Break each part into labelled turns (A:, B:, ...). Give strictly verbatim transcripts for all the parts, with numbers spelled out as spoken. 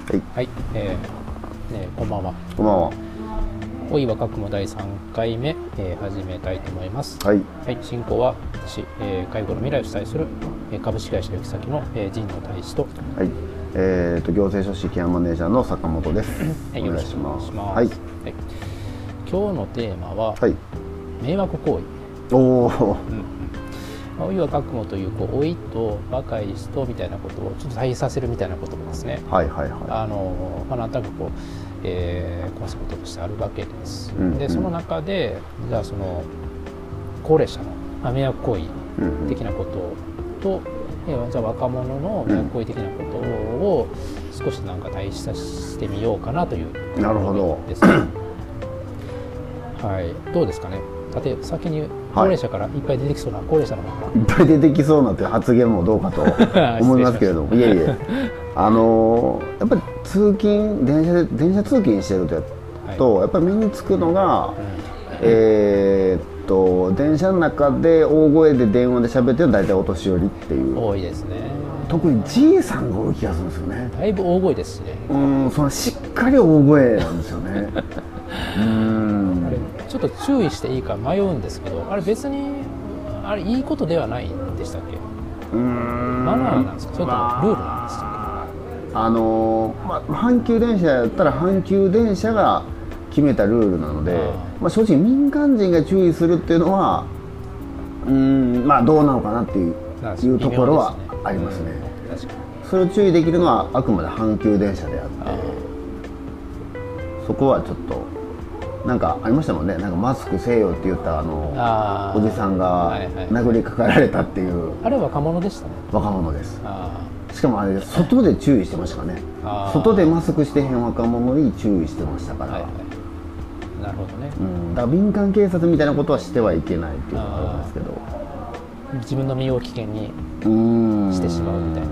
A: はい、
B: はい、えーね、こんばんは。
A: こんばんは。
B: おいは学もだいさんかいめ、えー、始めたいと思います。
A: はい、
B: はい、進行は私、えー、介護の未来を主催する、えー、株式会社行き先の、えー、神野大使と、
A: はい、えーと行政書士ケアマネージャーの坂本です。
B: はい、よろしくお願いします。
A: はい、
B: はい、今日のテーマは、
A: はい、
B: 迷惑行為。
A: おお、
B: うん、おいは学もというこう老いと若い人みたいなことをちょっと対比させるみたいなこともですね。
A: はいはいはい。
B: あのまあなんとなくこう、えー、コンセプトとしてあるわけです。
A: うんうん、
B: でその中でじゃあその高齢者の、まあ、迷惑行為的なことと、うんうん、えー、じゃあ若者の迷惑行為的なことを少しなんか対比させてみようかなという、
A: なるほど
B: ですね。はい、どうですかね。例えば先に高齢者からいっぱい出てきそうな、はい、高齢者の方から
A: いっぱい出てきそうなという発言もどうかと思いますけれどもいえいえあのー、やっぱり通勤電車で電車通勤してるとや、はい、とやっぱり目につくのが、うん、えー、っと電車の中で大声で電話で喋ってるのは大体お年寄りっていう
B: 多いですね。特
A: にじいさんが多い気がするんですよね。
B: だいぶ大声ですしね。
A: うんそのしっかり大声なんですよねうん
B: あれちょっと注意していいか迷うんですけど、あれ別にあれいいことではないんでしたっけ。うーんマナーなんですか、それともルールなんですか。
A: まあ、あのーまあ、阪急電車やったら阪急電車が決めたルールなので、まあ、正直民間人が注意するっていうのはうーんまあどうなのかなっていういうところはありますね。うん、確かにそれを注意できるのはあくまで阪急電車であってそこはちょっとなんかありましたもんね。なんかマスクせよって言ったあのあおじさんが殴りかかられたっていう、はいはい、
B: あれ若者でしたね。
A: 若者です。しかもあれ外で注意してましたからね。外でマスクしてへん若者に注意してましたから、はいはい、
B: なるほどね。
A: うん、だから民間警察みたいなことはしてはいけないっていうのがあるんですけど
B: 自分の身を危険にしてしまうみたいな。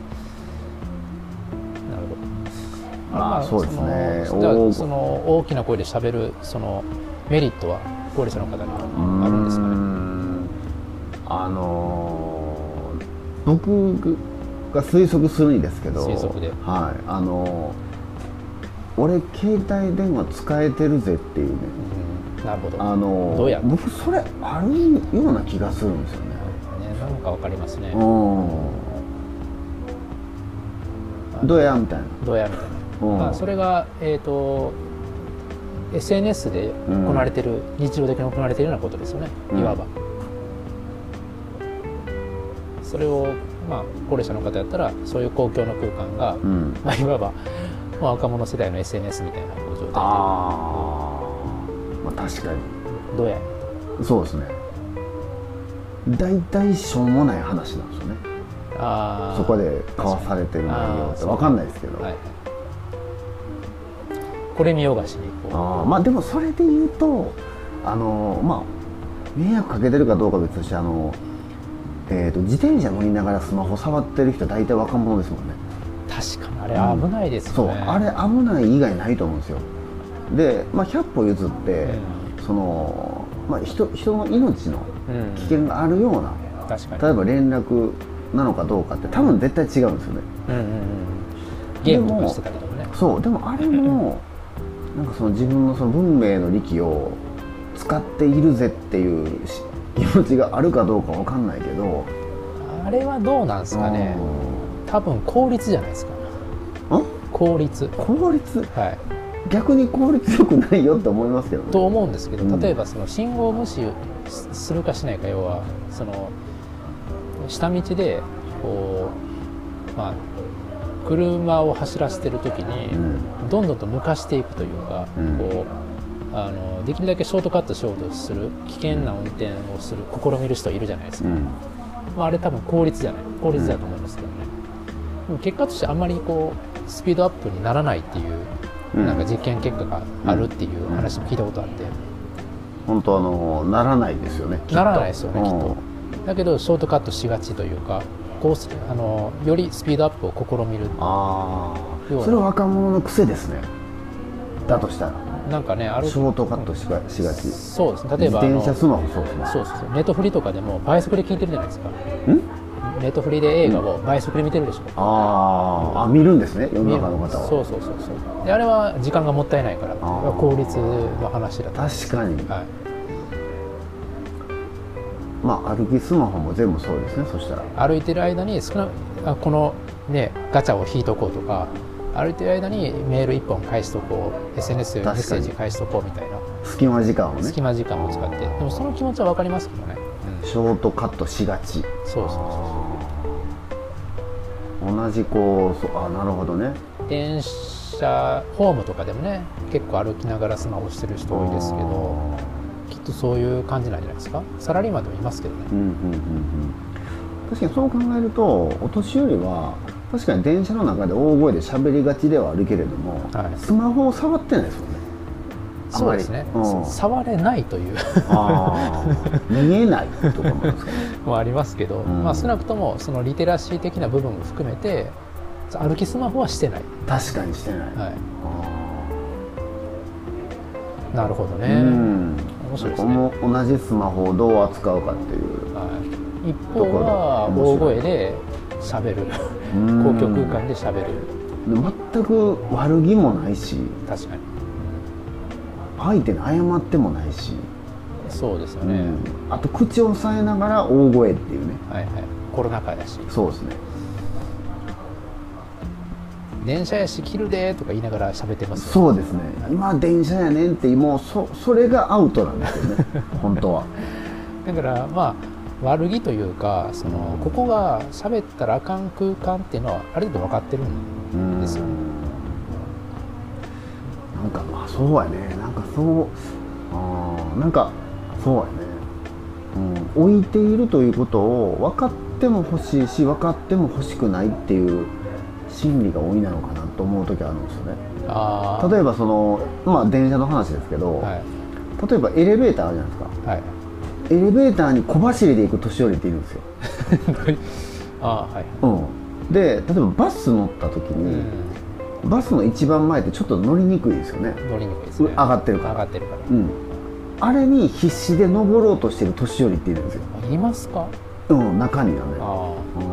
A: まあそうですね。
B: その、その大きな声で喋るそのメリットは高齢者の方にはあるんですかね。
A: あのー、僕が推測するにですけど、
B: 推測で、
A: はい、あのー、俺携帯電話使えてるぜっていうね。
B: うん、なるほど。
A: あのー、
B: どうや
A: 僕それあるような気がするんですよね。
B: ね、なんかわかりますね。
A: どうやみたいな。
B: どうやみたいな。まあ、それが、えーと、エスエヌエス で行われている、うん、日常的に行われているようなことですよね、いわば。うん、それを、まあ、高齢者の方やったらそういう公共の空間が、うん、まあ、いわば、まあ、若者世代の エスエヌエス みたいな状態で。
A: あ、まあ、確かに
B: どうや
A: そうですね。大体しょうもない話なんですよね。あそこで交わされてる内容って分かんないですけど、はい、
B: これ見よがしにこう
A: あまあでもそれで言うとあのまあ迷惑かけてるかどうか別としてあの、えー、と自転車乗りながらスマホ触ってる人大体若者ですもんね。
B: 確かにあれ危ないですよね。
A: うん、そうあれ危ない以外ないと思うんですよ。で、まあ、ひゃっぽ譲って、うん、そのまあ、人, 人の命の危険があるような、うん、確かに例えば連絡なのかどうかって多分絶対違うんですよね。うんうんうん、
B: ゲームとかしてたりとかね。
A: そうでもあれもなんかその自分のその文明の利器を使っているぜっていう気持ちがあるかどうかわかんないけど
B: あれはどうなんですかね。多分効率じゃないですか。ん効率
A: 効率はい逆に効率よくないよって思いますけどね。
B: と思うんですけど、例えばその信号無視するかしないか、要はその下道でこう、まあ、車を走らせてる時にどんどんと抜かしていくというか、うん、こうあのできるだけショートカットしようとする危険な運転をする試みる人いるじゃないですか。うん、まあ、あれ多分効率じゃない効率だと思いますけどね。でも結果としてあんまりこうスピードアップにならないっていうなんか実験結果があるっていう話も聞いたことあって、
A: 本当あのならないですよね。
B: ならないですよね、きっと。だけどショートカットしがちというか、こうあのよりスピードアップを試みる。あ
A: あ、それは若者の癖ですね。だとしたら
B: なんかね、ある
A: ショートカットしがしがち。
B: そうですね。例えば
A: 自転車スマホそうですね。
B: そうそうそう。ネットフリとかでも倍速で聞いてるじゃないですか。
A: ん？
B: ネットフリで映画を倍速で見てるでしょ、うん、
A: ああ見るんですね世の中の方は。
B: そうそうそうそうであれは時間がもったいないから効率の話だと。
A: 確かに、
B: はい、
A: まあ歩きスマホも全部そうですね。そしたら
B: 歩いてる間に少なあこのねガチャを引いとこうとか歩いてる間にメールいっぽん返しとこう エスエヌエス でメッセージ返しとこうみたいな
A: 隙間時間をね
B: 隙間時間を使ってでもその気持ちは分かりますけどね、
A: うん、ショートカットしがち。
B: そうそう
A: そう同じこうそあなるほどね。
B: 電車ホームとかでもね結構歩きながらスマホしてる人多いですけどきっとそういう感じなんじゃないですか。サラリーマンでもいますけどね、
A: うんうんうんうん、確かにそう考えるとお年寄りは確かに電車の中で大声で喋りがちではあるけれども、はい、スマホを触ってないですもんね。
B: そうですね、うん、触れないという
A: あ見えないとかもですかね
B: もありますけど、うん、まあ、少なくともそのリテラシー的な部分も含めて歩きスマホはしてない。
A: 確かにしてない、
B: はい、なるほどね、うん、面白いですね。
A: 同じスマホをどう扱うかっていう、
B: はい、一方は大声で喋る公共空間で喋る
A: 全く悪気もないし
B: 確かに
A: 相手に謝ってもないし。
B: そうですよね、
A: うん、あと口を押さえながら大声っていうね、
B: はいはい、コロナ禍だし。
A: そうですね。
B: 電車やし切るでとか言いながら喋ってますよ。
A: そうですね。今電車やねんってもう そ, それがアウトなんですよね本当は。
B: だからまあ悪気というかそのここが喋ったらあかん空間っていうのはある程度分かってるんですよね。
A: なんかまあそうやね。なんかそうあなんかそうやね、うん、置いているということを分かっても欲しいし分かっても欲しくないっていう心理が多いなのかなと思う時あるんですよね。あ例えばそのまあ電車の話ですけど、はい、例えばエレベーターあるじゃないですか、はい、エレベーターに小走りで行く年寄りっているんですよ
B: あ、はい、
A: うん、で例えばバス乗った時に、うん、バスの一番前ってちょっと乗りにくいですよね。
B: 乗りにくいですね。
A: 上がってるから
B: 上がってるから、
A: うん、あれに必死で登ろうとしてる年寄りっているんですよ。
B: いますか？
A: うん中にはね。あ、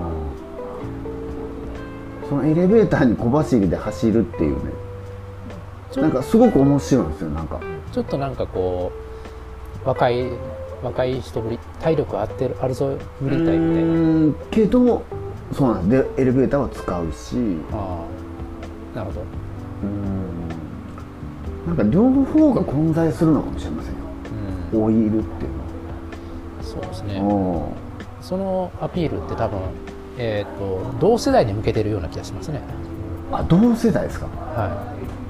A: うん、そのエレベーターに小走りで走るっていうねなんかすごく面白いんですよ。なんか
B: ちょっとなんかこう若い若い人ぶり体力あってるあるぞぶりたいみたいな。うん
A: けどそうなんですでエレベーターは使うし。
B: ああなるほど。
A: うんなんか両方が混在するのかもしれませんよ、うん、老いるっていうのは。
B: そうですね。そのアピールって多分、えーと、同世代に向けてるような気がしますね。
A: あ同世代ですか。はい。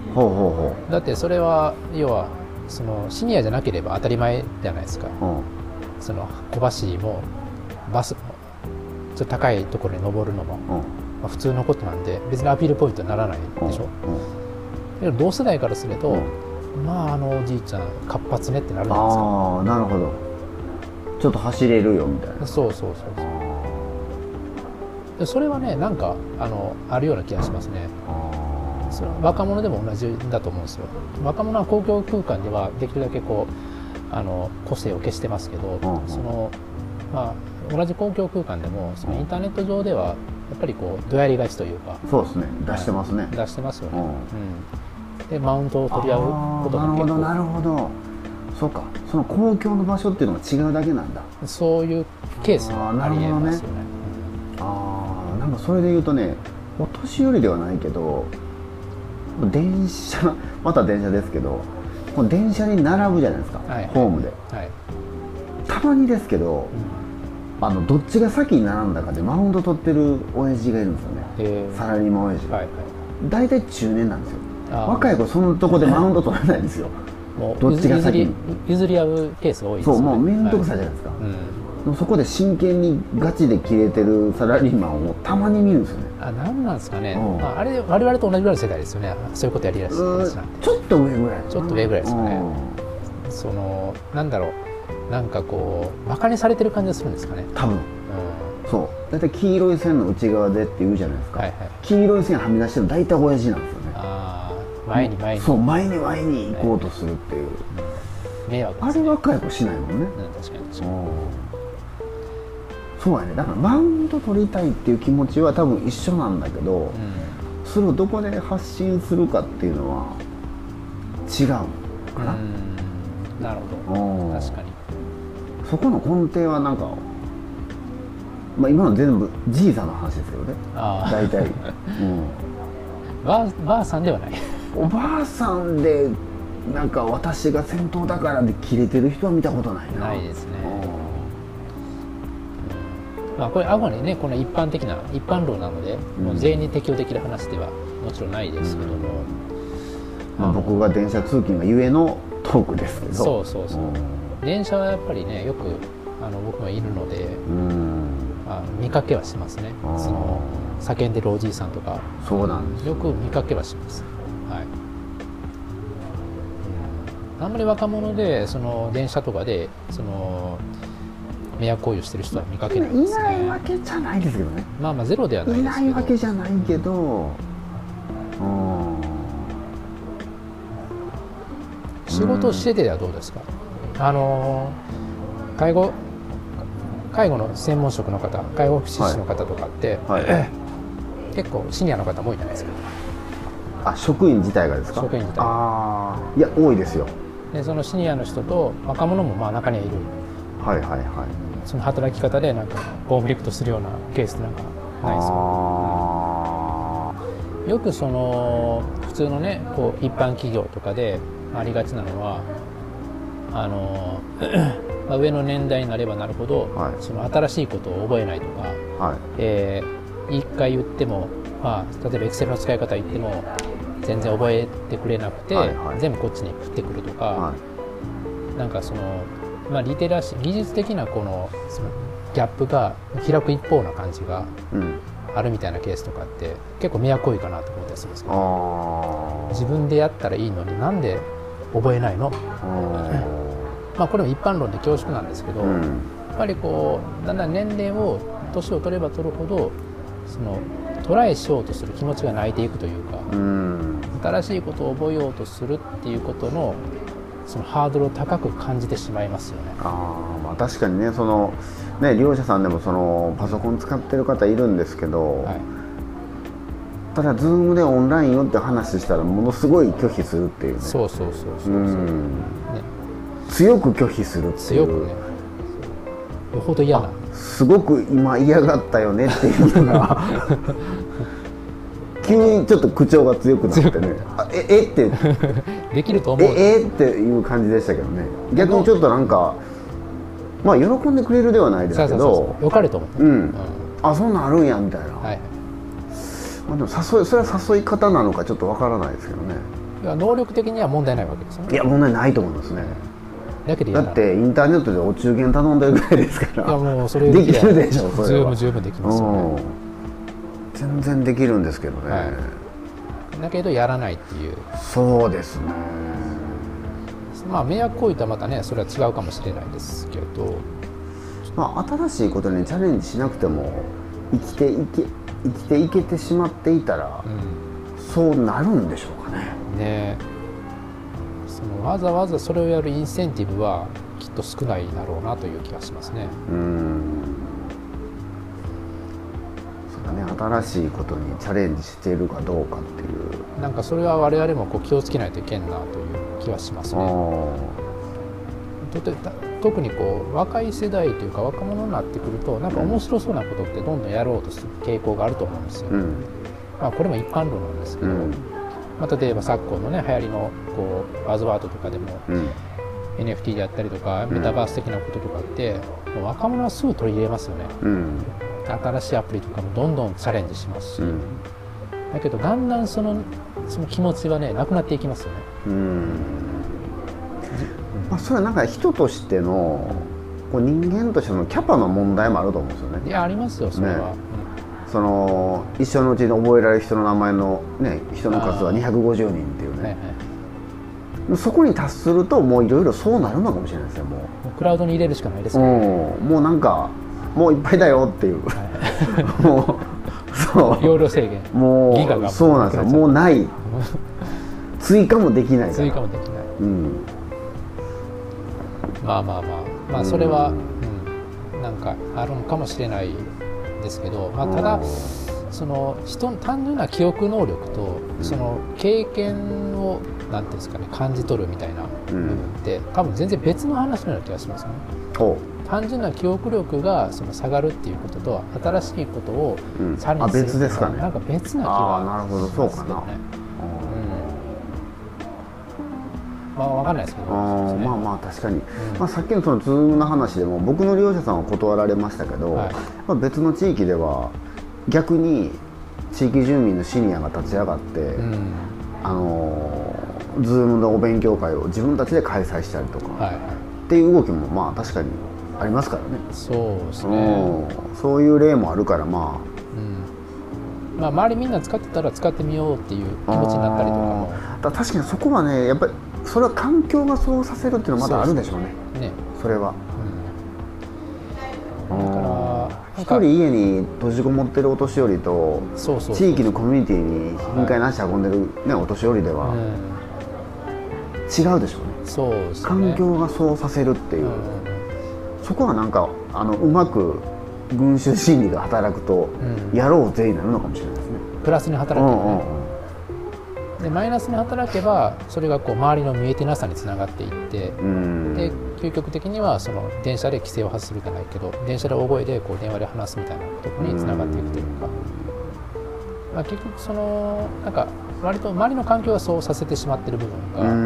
A: ほうほうほ
B: う。だってそれは要はそのシニアじゃなければ当たり前じゃないですか、うん、その小走りもバスもちょっと高いところに登るのも、うんまあ、普通のことなんで別にアピールポイントにならないでしょ、うんうん、同世代からすると、うん、まああのおじいちゃん活発ねってなるじゃないですか。
A: ああなるほど。ちょっと走れるよみたいな。
B: そうそうそうそうでそれはねなんかあのあるような気がしますね。それは若者でも同じだと思うんですよ。若者は公共空間ではできるだけこうあの個性を消してますけど、うんうん、そのまあ、同じ公共空間でもそのインターネット上ではやっぱりこうどやりがちというか。
A: そうですね出してますね、はい、
B: 出してますよね、うんうん、でマウントを取り合うことが結構。
A: なるほどなるほど。そうかその公共の場所っていうのが違うだけなんだ。
B: そういうケースもありえますよね。
A: ああなんかそれで言うとねお年寄りではないけど電車また電車ですけどこの電車に並ぶじゃないですか、はい、ホームで、はい、たまにですけど、うん、あのどっちが先に並んだかでマウント取ってる親父がいるんですよね。サラリーマン親父、はいはい、大体中年なんですよ。若い子そのとこでマウント取らないんですよ
B: もうどっちが先に譲り合うケースが多いですよね。
A: そうもう面倒くさいじゃないですか、はいうん、そこで真剣にガチでキレてるサラリーマンをたまに見るんですよね。
B: あ何なんですかね、うん、あれ我々と同じぐらいの世代ですよね。そういうことやりだしてる
A: ちょっと上ぐらい
B: ちょっと上ぐらいですよね、うん、そのなんだろうなんかこうバカにされてる感じがするんですかね
A: 多分、うん、そうだいたい黄色い線の内側でって言うじゃないですか、はいはい、黄色い線はみ出してるの大体親父なんですよね。あ
B: 前に前に
A: そう前に前に行こうとするっていう、迷惑ですね、あれ若い子しないもんね、うん、確かに確かに。 そうやね、だからマウント取りたいっていう気持ちは多分一緒なんだけど、うん、それをどこで発信するかっていうのは違うかな。うん、
B: なるほど、確かに
A: そこの根底はなんか、まあ、今の全部じいさんの話ですけどね、大体、うん、
B: ば, ばあさんではない
A: おばあさんでなんか私が先頭だからでキレてる人は見たことないな。
B: ないですね。まあ、これあごにねこの一般的な一般論なので、うん、もう全員に適用できる話ではもちろんないですけども、
A: うん、まあ、僕が電車通勤がゆえのトークですけど、
B: そうそうそう、うん、電車はやっぱりねよくあの僕もいるので、うん、あの見かけはしますね。その叫んでるおじいさんとか、
A: そうなんです、
B: よく見かけはします。はい、うん、あんまり若者でその電車とかでその迷惑行為をしてる人は見かけないですね。
A: いないわけじゃないですけどね。
B: まあまあゼロではないですけど。
A: いないわけじゃないけど、うん、
B: 仕事をしててはどうですか。あの介護介護の専門職の方、介護福祉士の方とかって、はいはい、結構シニアの方も多いじゃないですか。
A: あ、職員自体がですか。
B: 職員自体。
A: ああ、いや多いですよ。
B: でそのシニアの人と若者もまあ中にはいる。はいはいはい。その働き方でなんかコンフリクトするようなケースなんかないですか。よくその普通のねこう一般企業とかでありがちなのはあのまあ上の年代になればなるほど、はい、その新しいことを覚えないとか、はい、えー、一回言っても、まあ、例えばエクセルの使い方言っても全然覚えてくれなくて、はいはい、全部こっちに振ってくるとか、はい、なんかそのまあ、リテラシー技術的なこのそのギャップが開く一方な感じがあるみたいなケースとかって結構迷惑行為かなと思ったりするんですけど、自分でやったらいいのになんで覚えないのまあこれも一般論で恐縮なんですけど、うん、やっぱりこうだんだん年齢を年を取れば取るほどそのトライしようとする気持ちが泣いていくというか、うん、新しいことを覚えようとするっていうことのそのハードルを高く感じてしまいますよね。
A: あ、まあ、確かにね、そのね利用者さんでもそのパソコン使ってる方いるんですけど、はい、ただ Zoom でオンラインよって話したらものすごい拒否するっていうね。
B: そうそうそうそうそう、うん、ね、
A: 強く拒否するっていう。
B: 強くね、よほど嫌な。
A: すごく今嫌がったよねっていうのが急にちょっと口調が強くなってね、あええって
B: できると思う
A: ええっていう感じでしたけどね。逆にちょっとなんかまあ喜んでくれるではないですけど、そうそうそう、
B: よかれと思って、
A: うん、うん、あ、そんなんあるんやみたいな、はい、まあでも誘いそれは誘い方なのかちょっとわからないですけどね。
B: いや能力的には問題ないわけですよね。
A: いや問題ないと思いますね。
B: だけど
A: だってインターネットでお中元頼んでるぐらいですから。
B: いやもうそれ
A: できるでしょ。それは
B: 十分十分できますよね。
A: 全然できるんですけどね、はい、だ
B: けどやらないっていう。
A: そうですね。
B: まあ迷惑行為とはまたねそれは違うかもしれないですけど、
A: まあ、新しいことにチャレンジしなくても生きていけ生きていけてしまっていたら、うん、そうなるんでしょうかね。
B: ね、そのわざわざそれをやるインセンティブはきっと少ないだろうなという気がしますね。うん、
A: ね、新しいことにチャレンジしているかどうかっていう、
B: なんかそれは我々もこう気をつけないといけんなという気はしますね。とて特にこう若い世代というか若者になってくるとなんか面白そうなことってどんどんやろうとする傾向があると思うんですよ。うん、まあ、これも一般論なんですけど、うん、まあ、例えば昨今のね流行りのこうバズワードとかでも、うん、エヌエフティー であったりとかメタバース的なこととかって、もう若者はすぐ取り入れますよね。うん、新しいアプリとかもどんどんチャレンジしますし、うん、だけどだんだんその、その気持ちはねなくなっていきますよね。うん、
A: まあ、それはなんか人としてのこう人間としてのキャパの問題もあると思うんですよね。
B: いやありますよそれは、ね、
A: うん、その一生のうちに覚えられる人の名前の、ね、人の数はにひゃくごじゅうにんっていうね、はいはい、そこに達するともういろいろそうなるのかもしれないですよ。もう
B: クラウドに入れるしかないですね。
A: もうなんかもういっぱいだよっていう、はい、もうそう
B: 容量制限
A: もうギガがそうなんですよ。もうない追加もできないから
B: 追加もできない、うん、まあまあまあまあそれは、うんうん、 なんかあるのかもしれないですけど、まあ、ただその人の単純な記憶能力とその経験をなんていうんですかね、感じ取るみたいな部分って多分全然別の話のような気がしますね。単純な記憶力がその下がるっていうことと新しいことをチャレンジするっていうのはなんか別な気がしますけどね。まあ分かんないですけど、
A: まあまあ確かに、うん、まあ、さっきのそのズームの話でも僕の利用者さんは断られましたけど、はい、まあ、別の地域では逆に地域住民のシニアが立ち上がって、うん、あのズームのお勉強会を自分たちで開催したりとか、はい、っていう動きもまあ確かにありますからね。
B: そうですね、
A: うん、そういう例もあるから、まあ、
B: うん、まあ、周りみんな使ってたら使ってみようっていう気持ちになったりとかも、
A: だ確かにそこはね、やっぱりそれは環境がそうさせるっていうのはまだあるでしょうね。そ, ねそれは、うん、だから一人家に閉じこもってるお年寄りと地域のコミュニティに頻回なし運んでる、ね、お年寄りでは違うでしょうね。
B: そうですね、
A: 環境がそうさせるっていう、うん、そこはなんかあのうまく群衆心理が働くと、うん、やろうぜになるのかもしれないですね。
B: プラスに働くよね、うんうんうん、でマイナスに働けばそれがこう周りの見えてなさにつながっていって、うん、で究極的にはその電車で規制を発するじゃないけど電車で大声でこう電話で話すみたいなところにつながっていくというか、うん、まあ、結局そのなんか割と周りの環境はそうさせてしまっている部分が、うん、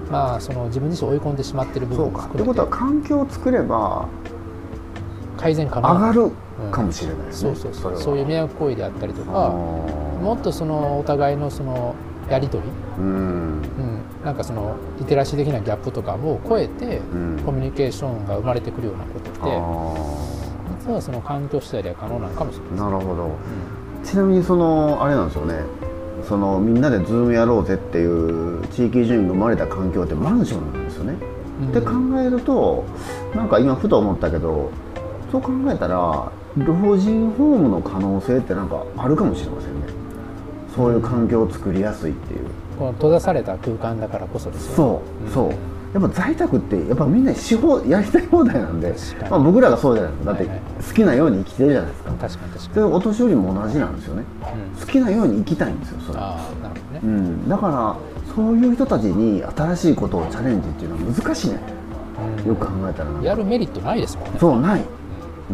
B: まあ、その自分自身追い込んでしまっている部分を
A: 作れて、そうか、ということは環境を作れば
B: 改善可能
A: 上がるかもしれないですね。
B: そうそうそう、そういう迷惑行為であったりとか、もっとそのお互いのそのやり取り、うんうん、なんかそのリテラシー的なギャップとかを超えて、うん、コミュニケーションが生まれてくるようなことって実はその環境次第では可能なのかもしれないです。
A: なるほど、うん、ちなみにそのあれなんですよね、そのみんなでズームやろうぜっていう地域住民が生まれた環境ってマンションなんですよね、うん、って考えるとなんか今ふと思ったけど、そう考えたら老人ホームの可能性ってなんかあるかもしれませんね。そういう環境を作りやすいっていう、
B: この閉ざされた空間だからこそですよね。
A: そう、うん、そうやっぱ在宅ってやっぱみんなし放やりたい放題なんで、まあ、僕らがそうじゃないですか。だって好きなように生きてるじゃないですか。
B: 確かに確かに。
A: でお年寄りも同じなんですよね、うん、好きなように生きたいんですよそれ。
B: あ、なるほどね、
A: うん、だからそういう人たちに新しいことをチャレンジっていうのは難しいね、うん、よく考えたらなんか
B: やるメリットないですもんね。
A: そうない、うん、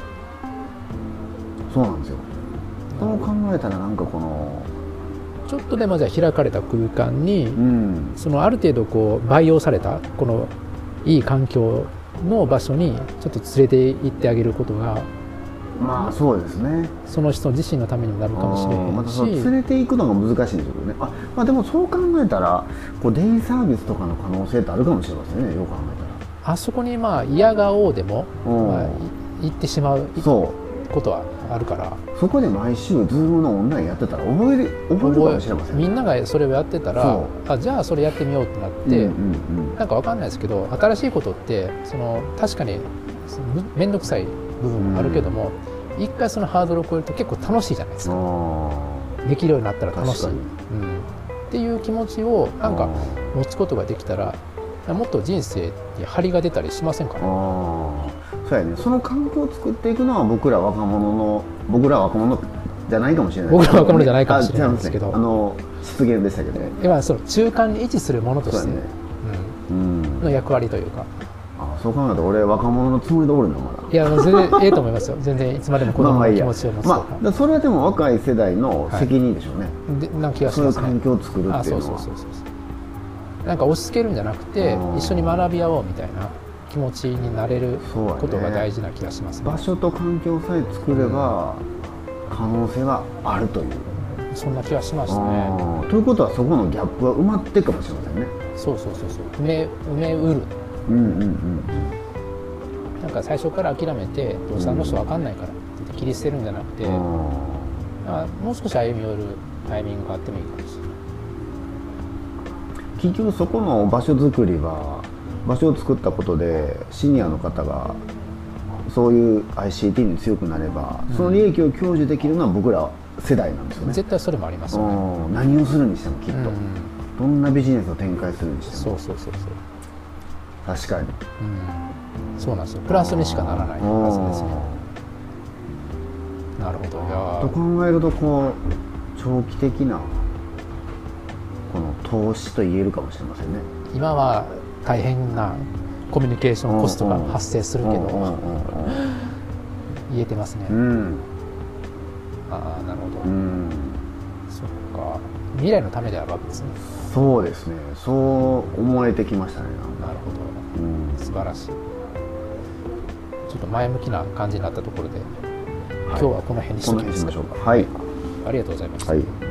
A: そうなんですよ。そう考えたらなんかこの
B: ちょっとでもじゃあ開かれた空間に、うん、そのある程度こう培養されたこのいい環境の場所にちょっと連れて行ってあげることが、
A: まあそうですね、
B: その人自身のためにもなるかもしれないし、
A: またその連れて行くのが難しいんですよね。あ、まあ、でもそう考えたらこうデイサービスとかの可能性ってあるかもしれませんね。よく考えたら
B: あそこにまあ嫌がおうでも、まあ、行ってしまうことはあるから、
A: そこで毎週ズームのオンラインやってたら覚える覚えるかもしれません、ね、
B: みんながそれをやってたら、あじゃあそれやってみようってなって、うんうんうん、なんか分かんないですけど新しいことってその確かに面倒くさい部分もあるけども、うん、一回そのハードルを超えると結構楽しいじゃないですか。できるようになったら楽しい、うん、っていう気持ちをなんか持つことができたらもっと人生に張りが出たりしませんかね。
A: そうやね、その環境を作っていくのは僕ら若者の僕ら若者じゃないかもしれない。
B: 僕ら若者じゃないかもしれないんですけど、
A: あの失言でしたけど、
B: 今その中間に位置するものとして、ね、うん、の役割というか。
A: あ、そう考えると俺若者のつもりでおるのまだ。
B: いや全然ええと思いますよ。全然いつまでも子供の気持ちを持つとか。まあ
A: まあ、それはでも若い世代の責任でしょうね。
B: はい、でな気がしますね。
A: そういう環境を作るっていうのは。あ、そうそうそうそう。
B: なんか押し付けるんじゃなくて一緒に学び合おうみたいな気持ちになれることが大事な気がしますね。
A: 場所と環境さえ作れば可能性があるという、
B: そんな気がしますね。
A: ということはそこのギャップは埋まっていくかもしれませんね。
B: そうそうそうそう、埋め埋めうる。うんうんうん。なんか最初から諦めてどうせあの人分かんないからって切り捨てるんじゃなくて、もう少し歩み寄るタイミングがあってもいいかもしれない。
A: 結局そこの場所づくりは場所を作ったことでシニアの方がそういう アイシーティー に強くなれば、うん、その利益を享受できるのは僕ら世代なんですよね。
B: 絶対それもありますよね。
A: 何をするにしてもきっと、うん、どんなビジネスを展開するにしても。
B: そうそうそうそう、
A: 確かに、
B: うん、 そうなんですよ。プラスにしかならないはずですね。なるほど。いや
A: と考えるとこう長期的なこの投資と言えるかもしれませんね。
B: 今は大変なコミュニケーションコストが発生するけど言えてますね。
A: うん、
B: ああなるほど、
A: うん、
B: そっか、未来のためであるわけですね。
A: そうですね、そう思えてきましたね。
B: なるほど、
A: うん、
B: 素晴らしい。ちょっと前向きな感じになったところで、はい、今日はこの辺にしておきますか。
A: この辺にしましょうか。はい、
B: ありがとうございました。
A: はい。